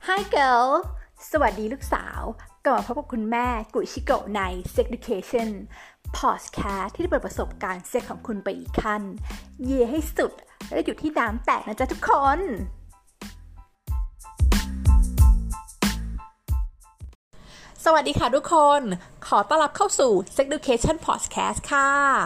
Hi girl สวัสดีลูกสาวกลับมาพบกับคุณแม่กุยชิโกะใน Sex Education Podcast ที่จะเปิดประสบการณ์เซ็กของคุณไปอีกขั้นเย่ให้สุดและอยู่ที่น้ำแตกนะจ๊ะทุกคนสวัสดีค่ะทุกคนขอต้อนรับเข้าสู่ Sex Education Podcast ค่ะ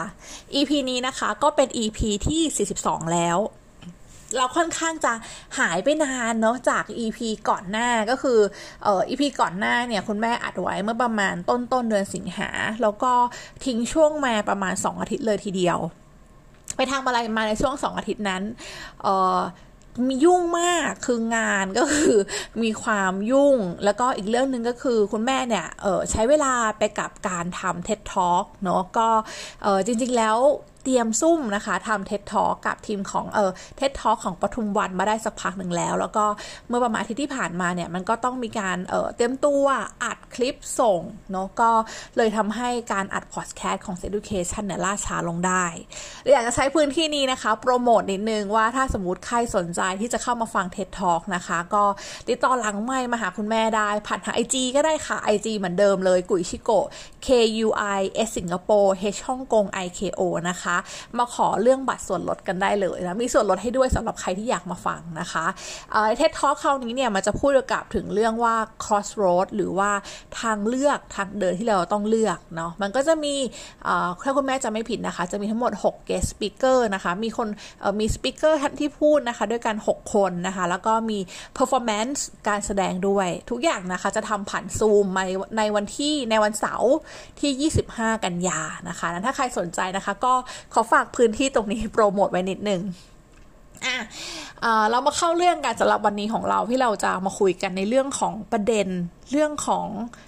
EP นี้นะคะก็เป็น EP ที่42แล้วเราค่อนข้างจะหายไปนานเนาะจาก EP ก่อนหน้าก็คือEP ก่อนหน้าเนี่ยคุณแม่อัดไว้เมื่อประมาณต้นเดือนสิงหาแล้วก็ทิ้งช่วงมาประมาณ2อาทิตย์เลยทีเดียวไปทำอะไรมาในช่วง2อาทิตย์นั้นมียุ่งมากคืองานก็คือมีความยุ่งแล้วก็อีกเรื่องนึงก็คือคุณแม่เนี่ยใช้เวลาไปกับการทำ TED Talk เนาะก็จริงๆแล้วเตรียมซุ่มนะคะทำ TED Talk กับทีมของTED Talk ของปทุมวันมาได้สักพักหนึ่งแล้วก็เมื่อประมาณอาทิตย์ที่ผ่านมาเนี่ยมันก็ต้องมีการเตรียมตัวอัดคลิปส่งเนาะก็เลยทำให้การอัด Podcast ของ Sex Education เนี่ยล่าช้าลงได้อยากจะใช้พื้นที่นี้นะคะโปรโมทนิดนึงว่าถ้าสมมุติใครสนใจที่จะเข้ามาฟัง TED Talk นะคะก็ติดต่อหลังไมค์มาหาคุณแม่ได้ผ่านทาง IG ก็ได้ค่ะ IG เหมือนเดิมเลยกุยชิโกะ KUIS สิงคโปร์ H ฮ่องกง IKO นะคะมาขอเรื่องบัตรส่วนลดกันได้เลยนะมีส่วนลดให้ด้วยสำหรับใครที่อยากมาฟังนะคะTED Talk คราวนี้เนี่ยมันจะพูดเกี่ยวกับถึงเรื่องว่า crossroad หรือว่าทางเลือกทางเดินที่เราต้องเลือกเนาะมันก็จะมีถ้าคุณแม่จะไม่ผิดนะคะจะมีทั้งหมด6 guest speaker นะคะมีคนมี speaker ที่พูดนะคะด้วยกัน6คนนะคะแล้วก็มี performance การแสดงด้วยทุกอย่างนะคะจะทำผ่านซูมในวันเสาร์ที่25กันยานะคะนั้นถ้าใครสนใจนะคะก็ขอฝากพื้นที่ตรงนี้โปรโมทไว้นิดนึงเรามาเข้าเรื่องกันสำหรับวันนี้ของเราที่เราจะมาคุยกันในเรื่องของประเด็นเรื่องของ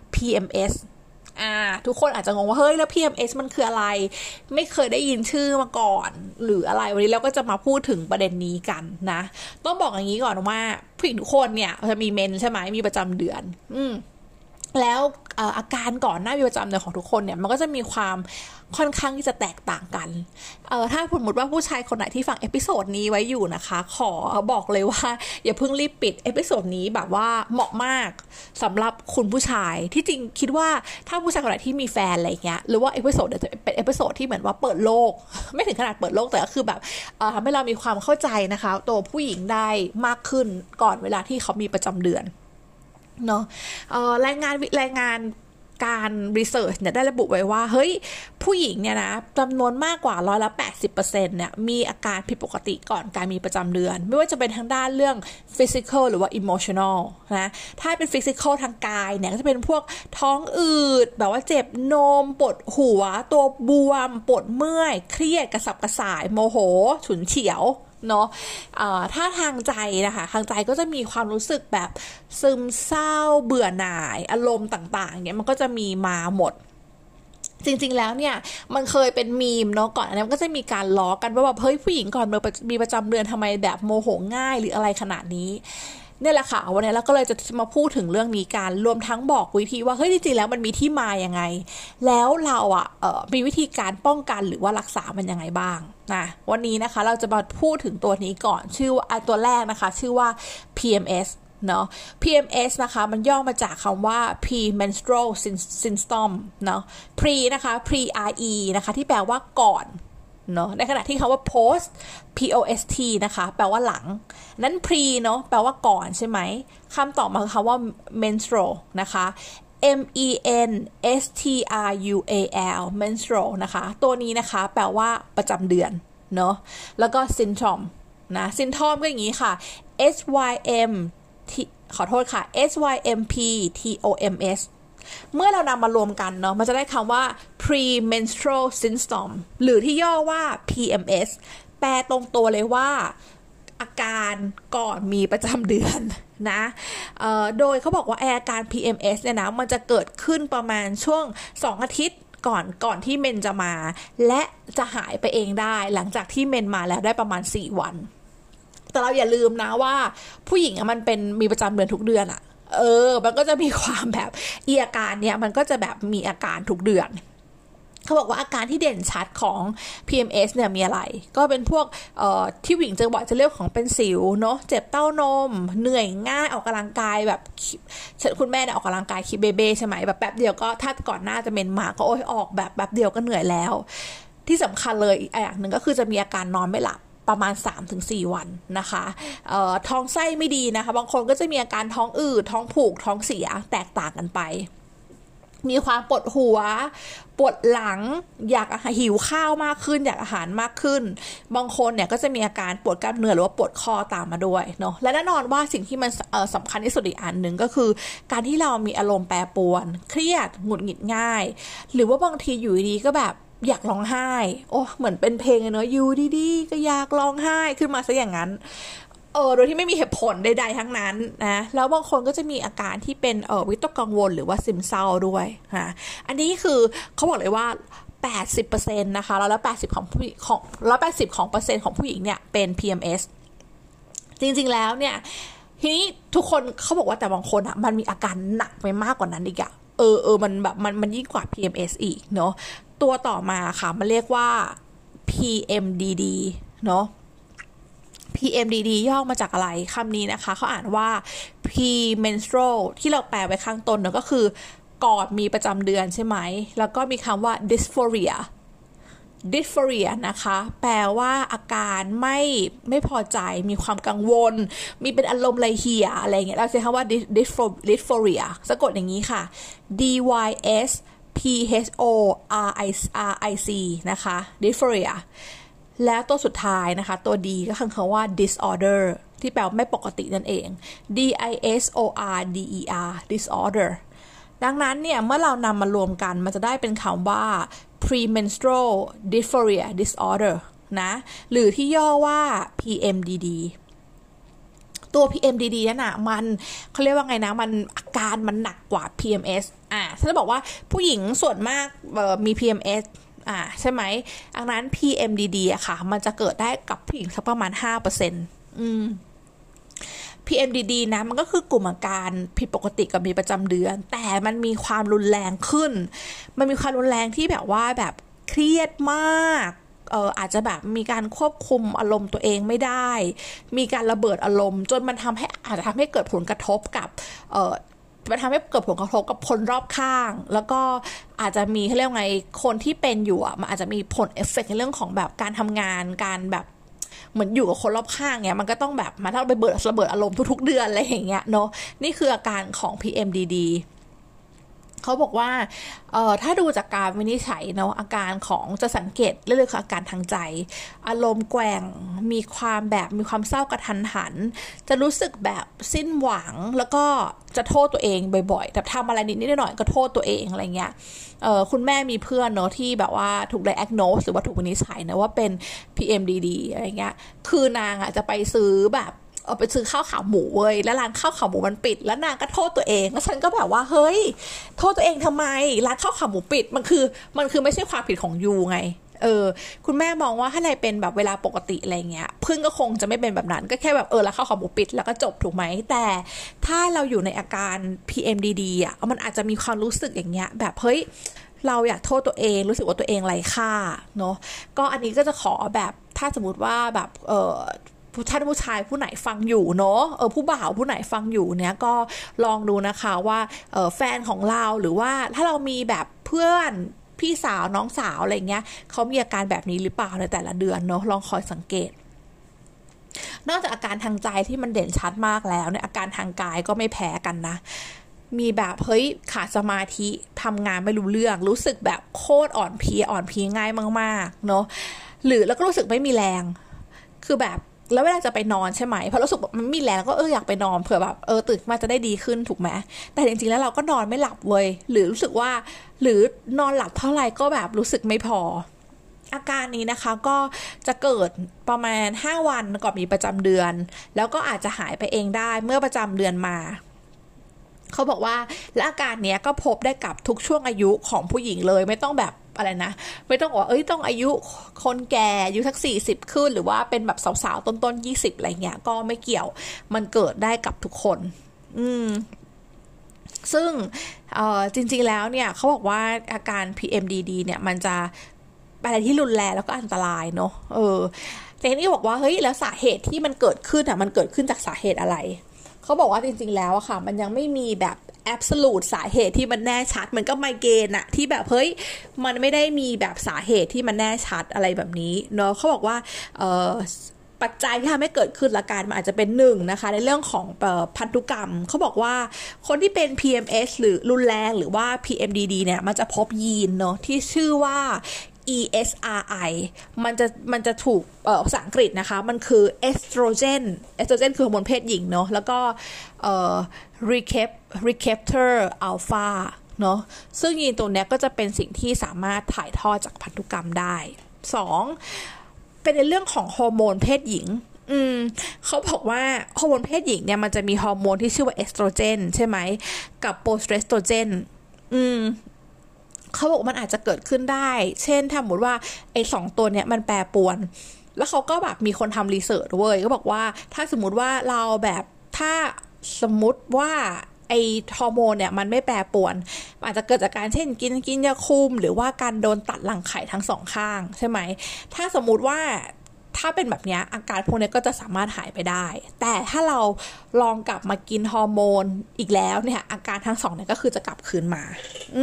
PMS ทุกคนอาจจะงงว่าเฮ้ยแล้ว PMS มันคืออะไรไม่เคยได้ยินชื่อมาก่อนหรืออะไรวันนี้เราก็จะมาพูดถึงประเด็นนี้กันนะต้องบอกอย่างนี้ก่อนว่าผู้หญิงทุกคนเนี่ยจะมีเมนใช่ไหมมีประจำเดือนแล้วอาการก่อนหน้ามีประจำเดือนของทุกคนเนี่ยมันก็จะมีความค่อนข้างที่จะแตกต่างกันถ้าสมมติว่าผู้ชายคนไหนที่ฟังเอพิโซดนี้ไว้อยู่นะคะขอบอกเลยว่าอย่าเพิ่งรีบปิดเอพิโซดนี้แบบว่าเหมาะมากสำหรับคุณผู้ชายที่จริงคิดว่าถ้าผู้ชายคนไหนที่มีแฟนอะไรเงี้ยหรือว่าเอพิโซดจะเป็นเอพิโซดที่เหมือนว่าเปิดโลกไม่ถึงขนาดเปิดโลกแต่ก็คือแบบทำให้เรามีความเข้าใจนะคะตัวผู้หญิงได้มากขึ้นก่อนเวลาที่เขามีประจำเดือนเนาะรายงานการรีเสิร์ชเนี่ยได้ระบุไว้ว่าเฮ้ยผู้หญิงเนี่ยนะจำนวนมากกว่า80%เนี่ยมีอาการผิดปกติก่อนการมีประจำเดือนไม่ว่าจะเป็นทางด้านเรื่อง physical หรือว่า emotional นะถ้าเป็น physical ทางกายเนี่ยก็จะเป็นพวกท้องอืดแบบว่าเจ็บนมปวดหัวตัวบวมปวดเมื่อยเครียดกระสับกระส่ายโมโหฉุนเฉียวเนาะถ้าทางใจนะคะทางใจก็จะมีความรู้สึกแบบซึมเศร้าเบื่อหน่ายอารมณ์ต่างๆเนี่ยมันก็จะมีมาหมดจริงๆแล้วเนี่ยมันเคยเป็นมีมเนาะก่อนอันนี้มันก็จะมีการล้อกันว่าแบบเฮ้ยผู้หญิงก่อนมีประจำเดือนทำไมแบบโมโหง่ายหรืออะไรขนาดนี้เนี่ยแหละค่ะวันนี้เราก็เลยจะมาพูดถึงเรื่องนี้กันรวมทั้งบอกวิธีว่าเฮ้ยจริงๆแล้วมันมีที่มายังไงแล้วเรามีวิธีการป้องกันหรือว่ารักษามันยังไงบ้างนะวันนี้นะคะเราจะมาพูดถึงตัวนี้ก่อนชื่อว่าตัวแรกนะคะชื่อว่า PMS เนาะ PMS นะคะมันย่อมาจากคำว่า premenstrual symptom เนาะ pre นะคะ pre-re นะคะที่แปลว่าก่อนเนาะในขณะที่คำว่า post post นะคะแปลว่าหลังนั้น pre เนาะแปลว่าก่อนใช่ไหมคำต่อมาคือคำว่า menstrual นะคะ menstrual menstrual นะคะตัวนี้นะคะแปลว่าประจำเดือนเนาะแล้วก็ symptom นะ symptom ก็อย่างนี้ค่ะ ขอโทษค่ะ symptomsเมื่อเรานำมารวมกันเนาะมันจะได้คำว่า premenstrual symptom หรือที่ย่อว่า PMS แปลตรงตัวเลยว่าอาการก่อนมีประจำเดือนนะโดยเขาบอกว่าอาการ PMS เนี่ยนะมันจะเกิดขึ้นประมาณช่วง2อาทิตย์ก่อนที่เมนจะมาและจะหายไปเองได้หลังจากที่เมนมาแล้วได้ประมาณ4วันแต่เราอย่าลืมนะว่าผู้หญิงมันเป็นมีประจำเดือนทุกเดือนมันก็จะมีความแบบอาการเนี่ยมันก็จะแบบมีอาการทุกเดือนเขาบอกว่าอาการที่เด่นชัดของ PMS เนี่ยมีอะไรก็เป็นพวกที่ผู้หญิงจะบอกจะเรียกของเป็นสิวเนาะเจ็บเต้านมเหนื่อยง่ายออกกำลังกายแบบคุณแม่เนี่ยออกกำลังกายคิดเบเบ้ใช่ไหมแบบแป๊บเดียวก็ถ้าก่อนหน้าจะเมนมาก็โอ้ยออกแบบแป๊บเดียวก็เหนื่อยแล้วที่สำคัญเลยอีกอย่างหนึ่งก็คือจะมีอาการนอนไม่หลับประมาณ 3-4 วันนะคะท้องไส้ไม่ดีนะคะบางคนก็จะมีอาการท้องอืดท้องผูกท้องเสียแตกต่างกันไปมีความปวดหัวปวดหลังอยากหิวข้าวมากขึ้นอยากอาหารมากขึ้นบางคนเนี่ยก็จะมีอาการปวดกล้ามเนื้อหรือว่าปวดคอตามมาด้วยเนาะและแน่นอนว่าสิ่งที่มันสำคัญที่สุดอีกอันหนึ่งก็คือการที่เรามีอารมณ์แปรปรวนเครียดหงุดหงิดง่ายหรือว่าบางทีอยู่ดีก็แบบอยากร้องไห้โอ้เหมือนเป็นเพลงเนอะอยู่ดีๆก็อยากร้องไห้ขึ้นมาซะอย่างนั้นโดยที่ไม่มีเหตุผลใดๆทั้งนั้นนะแล้วบางคนก็จะมีอาการที่เป็นวิตกกังวลหรือว่าซึมเศร้าด้วยนะอันนี้คือเขาบอกเลยว่า 80% นะคะแล้ว80ของผู้ของ180ของเปอร์เซ็นต์ของผู้หญิงเนี่ยเป็น PMS จริงๆแล้วเนี่ยทีนี้ทุกคนเขาบอกว่าแต่บางคนอ่ะมันมีอาการหนักไปมากกว่านั้นอีกอ่ะมันแบบมันยิ่งกว่า PMS อีกเนาะตัวต่อมาค่ะมันเรียกว่า PMDD เนาะPMDD ย่อมาจากอะไรคำนี้นะคะเขาอ่านว่า premenstrual ที่เราแปลไว้ข้างต้นก็คือก่อนมีประจำเดือนใช่ไหมแล้วก็มีคำว่า dysphoria นะคะแปลว่าอาการไม่พอใจมีความกังวลมีเป็นอารมณ์ไรเหี่ยอะไรเงี้ยเราใช้คำว่า dysphoria สะกดอย่างนี้ค่ะ dysphoria นะคะ dysphoriaแล้วตัวสุดท้ายนะคะตัว D ก็คือคำว่า disorder ที่แปลว่าไม่ปกตินั่นเอง disorder disorder ดังนั้นเนี่ยเมื่อเรานำมารวมกันมันจะได้เป็นคำว่า premenstrual dysphoria disorder นะหรือที่ย่อว่า PMDD ตัว PMDD นั่นน่ะมันเขาเรียกว่าไงนะมันอาการมันหนักกว่า PMS ฉันจะบอกว่าผู้หญิงส่วนมากมี PMSใช่ไหมดังนั้น PMDD อะค่ะมันจะเกิดได้กับผู้หญิงสักประมาณ 5% PMDD นะมันก็คือกลุ่มอาการผิดปกติกับมีประจำเดือนแต่มันมีความรุนแรงขึ้นมันมีความรุนแรงที่แบบว่าแบบเครียดมากอาจจะแบบมีการควบคุมอารมณ์ตัวเองไม่ได้มีการระเบิดอารมณ์จนมันอาจจะทำให้เกิดผลกระทบกับมันทำให้เกิดผลกระทบกับคนรอบข้างแล้วก็อาจจะมีเขาเรียกไงคนที่เป็นอยู่มันอาจจะมีผลเอฟเฟกต์ในเรื่องของแบบการทำงานการแบบเหมือนอยู่กับคนรอบข้างเนี่ยมันก็ต้องแบบมาถ้าเราไประเบิดอารมณ์ทุกๆเดือนอะไรอย่างเงี้ยเนาะนี่คืออาการของ PMDD เขาบอกว่าถ้าดูจากการวินิจฉัยเนาะอาการของจะสังเกตเรื่องคืออาการทางใจอารมณ์แกว่งมีความเศร้ากระทันหันจะรู้สึกแบบสิ้นหวังแล้วก็จะโทษตัวเองบ่อยๆแต่ทำอะไรนิดหน่อยก็โทษตัวเองอะไรเงี้ยคุณแม่มีเพื่อนเนาะที่แบบว่าถูก diagnose หรือว่าถูกวินิจฉัยนะว่าเป็น PMDD อะไรเงี้ยคือนางจะไปซื้อแบบไปซื้อข้าวขาหมูเว้ยแล้วร้านข้าวขาหมูมันปิดแล้วนางก็โทษตัวเองแล้วฉันก็แบบว่าเฮ้ยโทษตัวเองทำไมร้านข้าวขาหมูปิดมันคือไม่ใช่ความผิดของยูไงคุณแม่มองว่าถ้าในเป็นแบบเวลาปกติอะไรเงี้ยพึ่งก็คงจะไม่เป็นแบบนั้นก็แค่แบบแล้วข้าวขาหมูปิดแล้วก็จบถูกไหมแต่ถ้าเราอยู่ในอาการ PMDD มันอาจจะมีความรู้สึกอย่างเงี้ยแบบเฮ้ยเราอยากโทษตัวเองรู้สึกว่าตัวเองไร้ค่าเนาะก็อันนี้ก็จะขอแบบถ้าสมมติว่าแบบท่านผู้ชายผู้ไหนฟังอยู่เนาะผู้บ่าวผู้ไหนฟังอยู่เนี่ยก็ลองดูนะคะว่าแฟนของเราหรือว่าถ้าเรามีแบบเพื่อนพี่สาวน้องสาวอะไรเงี้ยเขามีอาการแบบนี้หรือเปล่าในแต่ละเดือนเนาะลองคอยสังเกตนอกจากอาการทางใจที่มันเด่นชัดมากแล้วเนี่ยอาการทางกายก็ไม่แพ้กันนะมีแบบเฮ้ยขาดสมาธิทำงานไม่รู้เรื่องรู้สึกแบบโคตรอ่อนเพลียง่ายมากๆเนาะหรือแล้วก็รู้สึกไม่มีแรงคือแบบแล้วเวลาจะไปนอนใช่ไหมพอรู้สึกมันมีแรงก็อยากไปนอนเผื่อแบบตื่นมาจะได้ดีขึ้นถูกไหมแต่จริงๆแล้วเราก็นอนไม่หลับเว้ยหรือรู้สึกว่าหรือนอนหลับเท่าไหร่ก็แบบรู้สึกไม่พออาการนี้นะคะก็จะเกิดประมาณ5วันก่อนมีประจำเดือนแล้วก็อาจจะหายไปเองได้เมื่อประจำเดือนมาเขาบอกว่าและอาการเนี้ยก็พบได้กับทุกช่วงอายุของผู้หญิงเลยไม่ต้องแบบอะไรนะไม่ต้องว่าต้องอายุคนแก่อายุสัก40ขึ้นหรือว่าเป็นแบบสาวๆต้นๆ20อะไรเงี้ยก็ไม่เกี่ยวมันเกิดได้กับทุกคนซึ่งจริงๆแล้วเนี่ยเขาบอกว่าอาการ PMDD เนี่ยมันจะเป็นอะไรที่รุนแรงแล้วก็อันตรายเนาะแต่ทีนี้บอกว่าเฮ้ยแล้วสาเหตุที่มันเกิดขึ้นมันเกิดขึ้นจากสาเหตุอะไรเขาบอกว่าจริงๆแล้วอะค่ะมันยังไม่มีแบบ absolute สาเหตุที่มันแน่ชัดเหมือนกับไมเกรนอะที่แบบเฮ้ยมันไม่ได้มีแบบสาเหตุที่มันแน่ชัดอะไรแบบนี้เนาะเขาบอกว่าปัจจัยที่ทำให้เกิดขึ้นละกันมันอาจจะเป็นหนึ่งนะคะในเรื่องของพันธุกรรมเขาบอกว่าคนที่เป็น PMS หรือรุนแรงหรือว่า PMDD เนี่ยมันจะพบยีนเนาะที่ชื่อว่า ESRI มันจะถูกภาษาอังกฤษนะคะมันคือเอสโตรเจนคือฮอร์โมนเพศหญิงเนาะแล้วก็receptor alpha เนาะซึ่งยีนตัวเนี้ยก็จะเป็นสิ่งที่สามารถถ่ายทอดจากพันธุกรรมได้2เป็นในเรื่องของฮอร์โมนเพศหญิงเขาบอกว่าฮอร์โมนเพศหญิงเนี่ยมันจะมีฮอร์โมนที่ชื่อว่าเอสโตรเจนใช่ไหมกับโปรสเตโตรเจนเขาบอกมันอาจจะเกิดขึ้นได้เช่นถ้าสมมติว่าไอ้2ตัวเนี้ยมันแปรปรวนแล้วเขาก็แบบมีคนทำรีเสิร์ชเว้ยก็บอกว่าถ้าสมมติว่าเราแบบถ้าสมมติว่าไอฮอร์โมนเนี่ยมันไม่แปรปรวนอาจจะเกิดจากการเช่นกินยาคุมหรือว่าการโดนตัดรังไข่ทั้งสองข้างใช่ไหมถ้าสมมุติว่าถ้าเป็นแบบนี้อาการพวกนี้ก็จะสามารถหายไปได้แต่ถ้าเราลองกลับมากินฮอร์โมนอีกแล้วเนี่ยอาการทั้งสองเนี่ยก็คือจะกลับคืนมา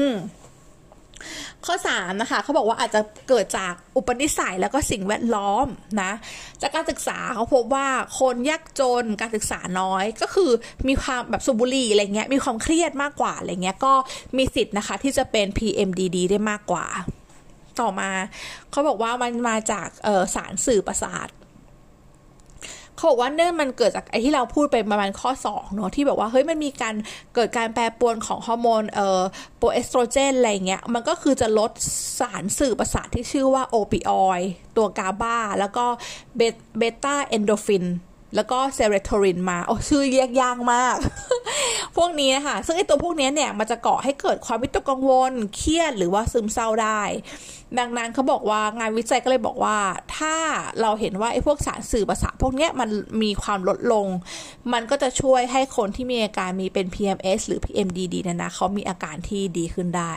ข้อ3นะคะเขาบอกว่าอาจจะเกิดจากอุปนิสัยแล้วก็สิ่งแวดล้อมนะจากการศึกษาเขาพบว่าคนยากจนการศึกษาน้อยก็คือมีความแบบสูบบุหรี่อะไรเงี้ยมีความเครียดมากกว่าอะไรเงี้ยก็มีสิทธิ์นะคะที่จะเป็น PMDD ได้มากกว่าต่อมาเขาบอกว่ามันมาจากสารสื่อประสาทเขาบอกว่าเนี่ยมันเกิดจากไอ้ที่เราพูดไปประมาณข้อ2เนาะที่แบบว่าเฮ้ยมันมีการเกิดการแปรปรวนของฮอร์โมนโปรเอสโตรเจนอะไรเงี้ยมันก็คือจะลดสารสื่อประสาทที่ชื่อว่าโอปิออยด์ตัวกาบาแล้วก็เบต้าเอนโดฟินแล้วก็เซโรโทนินมาชื่อเรียกยากมาก พวกนี้นะคะซึ่งไอ้ตัวพวกนี้เนี่ยมันจะก่อให้เกิดความวิตกกังวลเครียดหรือว่าซึมเศร้าได้ดังนั้นเขาบอกว่างานวิจัยก็เลยบอกว่าถ้าเราเห็นว่าไอ้พวกสารสื่อประสาทพวกนี้มันมีความลดลงมันก็จะช่วยให้คนที่มีอาการมีเป็น PMS หรือ PMDD นะเขามีอาการที่ดีขึ้นได้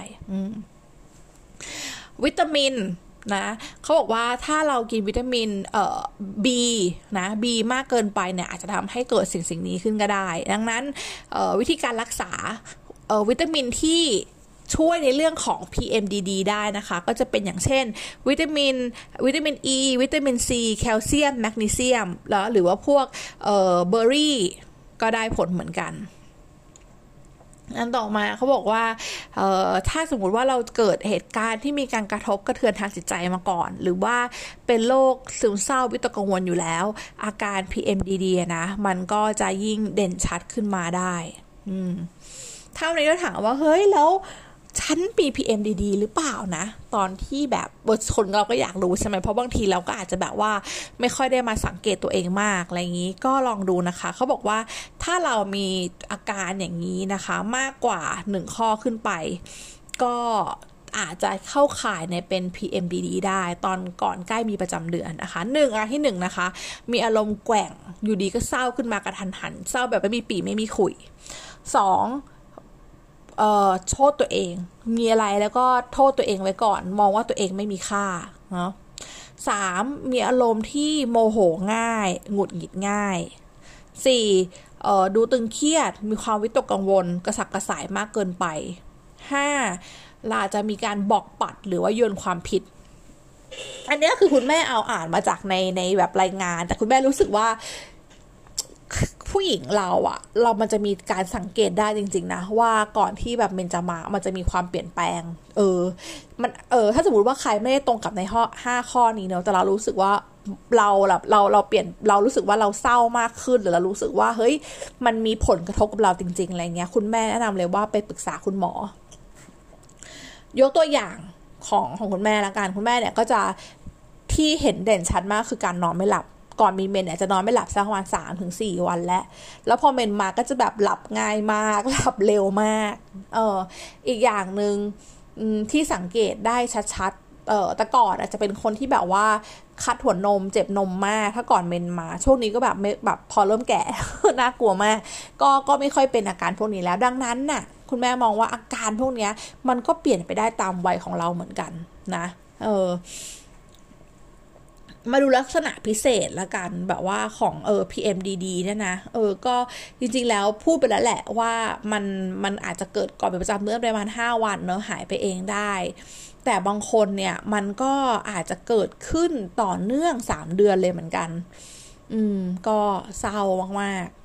วิตามินนะเขาบอกว่าถ้าเรากินวิตามินB นะ B มากเกินไปเนี่ยอาจจะทำให้เกิดสิ่งนี้ขึ้นก็ได้ดังนั้นวิธีการรักษาวิตามินที่ช่วยในเรื่องของ PMDD ได้นะคะก็จะเป็นอย่างเช่นวิตามิน E วิตามิน C แคลเซียมแมกนีเซียมแล้วหรือว่าพวกเบอร์รี่ก็ได้ผลเหมือนกันอันต่อมาเขาบอกว่าถ้าสมมุติว่าเราเกิดเหตุการณ์ที่มีการกระทบกระเทือนทางจิตใจมาก่อนหรือว่าเป็นโรคซึมเศร้าวิตกกังวลอยู่แล้วอาการ PMDD นะมันก็จะยิ่งเด่นชัดขึ้นมาได้ถ้าวันนี้เราถามว่าเฮ้ยแล้วฉันมี PMDD หรือเปล่านะตอนที่แบบคนเราก็อยากรู้ใช่ไหมเพราะบางทีเราก็อาจจะแบบว่าไม่ค่อยได้มาสังเกตตัวเองมากอะไรอย่างนี้ก็ลองดูนะคะเขาบอกว่าถ้าเรามีอาการอย่างนี้นะคะมากกว่า1ข้อขึ้นไปก็อาจจะเข้าข่ายในเป็น PMDD ได้ตอนก่อนใกล้มีประจำเดือนนะคะอันที่1นะคะมีอารมณ์แกว่งอยู่ดีก็เศร้าขึ้นมากระทันหันเศร้าแบบไม่มีปีไม่มีขุย2โทษตัวเองมีอะไรแล้วก็โทษตัวเองไว้ก่อนมองว่าตัวเองไม่มีค่าเนาะ3มีอารมณ์ที่โมโหง่ายหงุดหงิดง่าย4ดูตึงเครียดมีความวิตกกังวลกระสับกระส่ายมากเกินไป5เราจะมีการบอกปัดหรือว่าโยนความผิดอันนี้คือคุณแม่เอาอ่านมาจากในแบบรายงานแต่คุณแม่รู้สึกว่าผู้หญิงเรามันจะมีการสังเกตได้จริงๆนะว่าก่อนที่แบบเมนจะมามันจะมีความเปลี่ยนแปลงมันถ้าสมมติว่าใครไม่ได้ตรงกับใน5ข้อนี้เนาะแต่เรารู้สึกว่าเราเปลี่ยนเรารู้สึกว่าเราเศร้ามากขึ้นหรือเรารู้สึกว่าเฮ้ยมันมีผลกระทบกับเราจริงๆอะไรเงี้ยคุณแม่แนะนำเลยว่าไปปรึกษาคุณหมอยกตัวอย่างของคุณแม่ละกันคุณแม่เนี่ยก็จะที่เห็นเด่นชัดมากคือการนอนไม่หลับก่อนมีเมนเนี่ยจะนอนไม่หลับสักประมาณ 3-4 วันแล้วพอเมนมาก็จะแบบหลับง่ายมากหลับเร็วมากอีกอย่างนึงที่สังเกตได้ชัดๆแต่ก่อนอาจจะเป็นคนที่แบบว่าคัดหัวนมเจ็บนมมากถ้าก่อนเมนมาช่วงนี้ก็แบบพอเริ่มแก่ น่ากลัวมากก็ไม่ค่อยเป็นอาการพวกนี้แล้วดังนั้นน่ะคุณแม่มองว่าอาการพวกเนี้ยมันก็เปลี่ยนไปได้ตามวัยของเราเหมือนกันนะมาดูลักษณะพิเศษละกันแบบว่าของPMDD เนี่ยนะก็จริงๆแล้วพูดไปแล้วแหละว่ามันอาจจะเกิดก่อนเป็นประจำเดือนประมาณ5 วันเนอะหายไปเองได้แต่บางคนเนี่ยมันก็อาจจะเกิดขึ้นต่อเนื่อง3 เดือนเลยเหมือนกันก็เศร้ามากๆ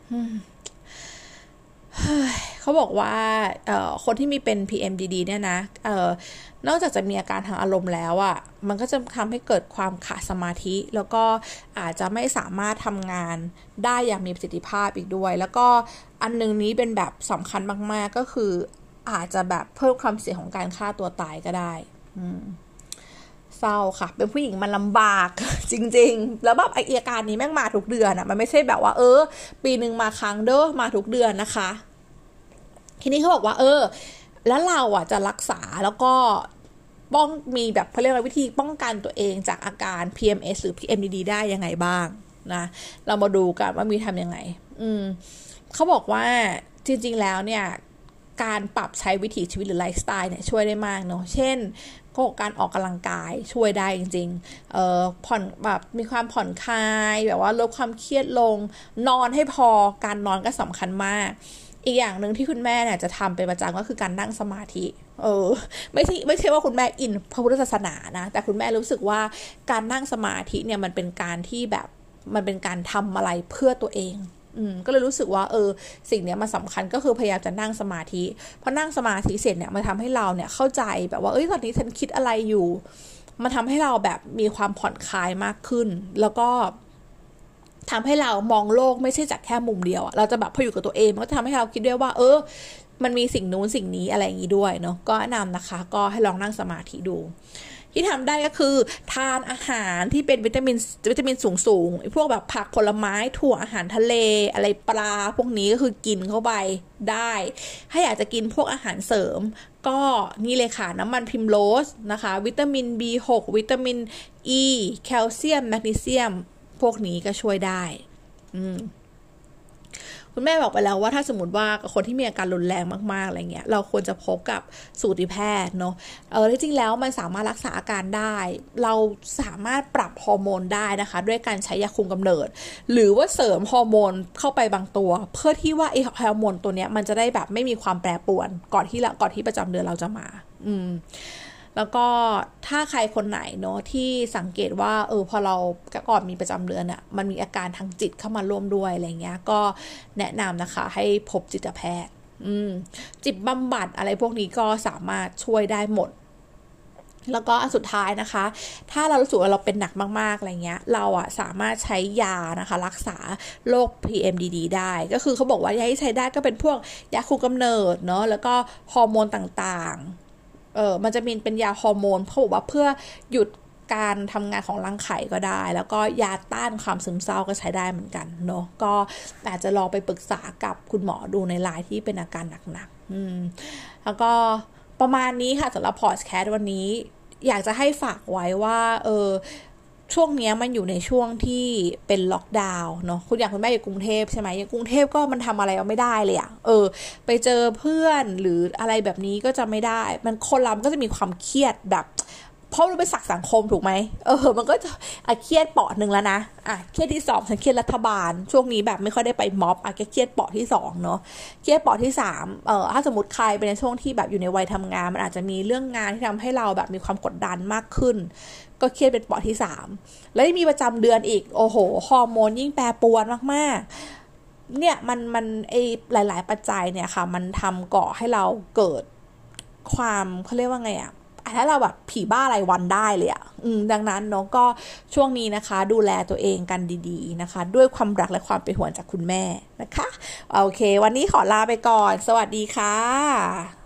เขาบอกว่าคนที่มีเป็น PMDD เนี่ยนะนอกจากจะมีอาการทางอารมณ์แล้วอ่ะมันก็จะทำให้เกิดความขาดสมาธิแล้วก็อาจจะไม่สามารถทำงานได้อย่างมีประสิทธิภาพอีกด้วยแล้วก็อันนึงนี้เป็นแบบสำคัญมากๆก็คืออาจจะแบบเพิ่มความเสี่ยงของการฆ่าตัวตายก็ได้เศร้าค่ะเป็นผู้หญิงมันลำบาก จริงๆแล้วแบบอาการนี้แม่งมาทุกเดือนอ่ะมันไม่ใช่แบบว่าปีนึงมาครั้งเด้อมาทุกเดือนนะคะทีนี้เขาบอกว่าแล้วเราอ่ะจะรักษาแล้วก็มีแบบเขาเรียกว่าวิธีป้องกันตัวเองจากอาการ PMS หรือ PMDD ได้ยังไงบ้างนะเรามาดูกันว่ามีทำยังไงเขาบอกว่าจริงๆแล้วเนี่ยการปรับใช้วิถีชีวิตหรือไลฟ์สไตล์เนี่ยช่วยได้มากเนาะเช่นการออกกำลังกายช่วยได้จริงๆผ่อนแบบมีความผ่อนคลายแบบว่าลดความเครียดลงนอนให้พอการนอนก็สำคัญมากอีกอย่างหนึ่งที่คุณแม่เนี่ยจะทำเป็นประจำก็คือการนั่งสมาธิไม่ใช่ว่าคุณแม่อินพระพุทธศาสนานะแต่คุณแม่รู้สึกว่าการนั่งสมาธิเนี่ยมันเป็นการที่แบบมันเป็นการทำอะไรเพื่อตัวเองก็เลยรู้สึกว่าสิ่งนี้มันสำคัญก็คือพยายามจะนั่งสมาธิพอนั่งสมาธิเสร็จเนี่ยมันทำให้เราเนี่ยเข้าใจแบบว่าตอนนี้ฉันคิดอะไรอยู่มันทำให้เราแบบมีความผ่อนคลายมากขึ้นแล้วก็ทำให้เรามองโลกไม่ใช่จากแค่มุมเดียวเราจะแบบพออยู่กับตัวเองมันก็ทำให้เราคิดด้วยว่ามันมีสิ่งนู้นสิ่งนี้อะไรอย่างนี้ด้วยเนาะก็แนะนำนะคะก็ให้ลองนั่งสมาธิดูที่ทำได้ก็คือทานอาหารที่เป็นวิตามินสูงพวกแบบผักผลไม้ถั่วอาหารทะเลอะไรปลาพวกนี้ก็คือกินเข้าไปได้ถ้าอยากจะกินพวกอาหารเสริมก็นี่เลยค่ะน้ำมันพริมโรสนะคะวิตามิน B6 วิตามิน E แคลเซียมแมกนีเซียมพวกนี้ก็ช่วยได้คุณแม่บอกไปแล้วว่าถ้าสมมติว่าคนที่มีอาการรุนแรงมากๆอะไรเงี้ยเราควรจะพบกับสูติแพทย์เนาะจริงๆแล้วมันสามารถรักษาอาการได้เราสามารถปรับฮอร์โมนได้นะคะด้วยการใช้ยาคุมกำเนิดหรือว่าเสริมฮอร์โมนเข้าไปบางตัวเพื่อที่ว่าไอ้ฮอร์โมนตัวเนี้ยมันจะได้แบบไม่มีความแปรปรวนก่อนที่ประจำเดือนเราจะมาแล้วก็ถ้าใครคนไหนเนาะที่สังเกตว่าพอเราก่อนมีประจำเดือนอ่ะมันมีอาการทางจิตเข้ามาร่วมด้วยอะไรเงี้ยก็แนะนำนะคะให้พบจิตแพทย์จิตบำบัดอะไรพวกนี้ก็สามารถช่วยได้หมดแล้วก็อันสุดท้ายนะคะถ้าเรารู้สึกว่าเราเป็นหนักมากๆอะไรเงี้ยเราอ่ะสามารถใช้ยานะคะรักษาโรค PMDD ได้ก็คือเขาบอกว่ายาที่ใช้ได้ก็เป็นพวกยาคุมกำเนิดเนาะแล้วก็ฮอร์โมนต่างๆมันจะมีเป็นยาฮอร์โมนเขาบอกว่าเพื่อหยุดการทำงานของรังไข่ก็ได้แล้วก็ยาต้านความซึมเศร้าก็ใช้ได้เหมือนกันเนาะก็อาจจะลองไปปรึกษากับคุณหมอดูในรายที่เป็นอาการหนักๆแล้วก็ประมาณนี้ค่ะสำหรับพอดแคสต์วันนี้อยากจะให้ฝากไว้ว่าช่วงนี้มันอยู่ในช่วงที่เป็นล็อกดาวน์เนาะคุณแม่อยู่กรุงเทพใช่ไหมอย่างกรุงเทพก็มันทำอะไรไม่ได้เลยอะไปเจอเพื่อนหรืออะไรแบบนี้ก็จะไม่ได้มันคนเราก็จะมีความเครียดแบบเพราะเราเป็นสังคมถูกไหมมันก็จะเครียดเปาะหนึ่งแล้วนะเครียดที่2ฉันเครียดรัฐบาลช่วงนี้แบบไม่ค่อยได้ไปม็อบเครียดเปาะที่2เนาะเครียดเปาะที่3ถ้าสมมติใครเป็นในช่วงที่แบบอยู่ในวัยทำงานมันอาจจะมีเรื่องงานที่ทำให้เราแบบมีความกดดันมากขึ้นก็เครียดเป็นเปาะที่3แล้วมีประจำเดือนอีกโอ้โหฮอร์โมนยิ่งแปรปรวนมากๆเนี่ยมันหลายๆปัจจัยเนี่ยค่ะมันทำก่อให้เราเกิดความเขาเรียกว่าไงถ้าเราแบบผีบ้ารายวันได้เลยดังนั้นเนาะก็ช่วงนี้นะคะดูแลตัวเองกันดีๆนะคะด้วยความรักและความเป็นห่วงจากคุณแม่นะคะโอเควันนี้ขอลาไปก่อนสวัสดีค่ะ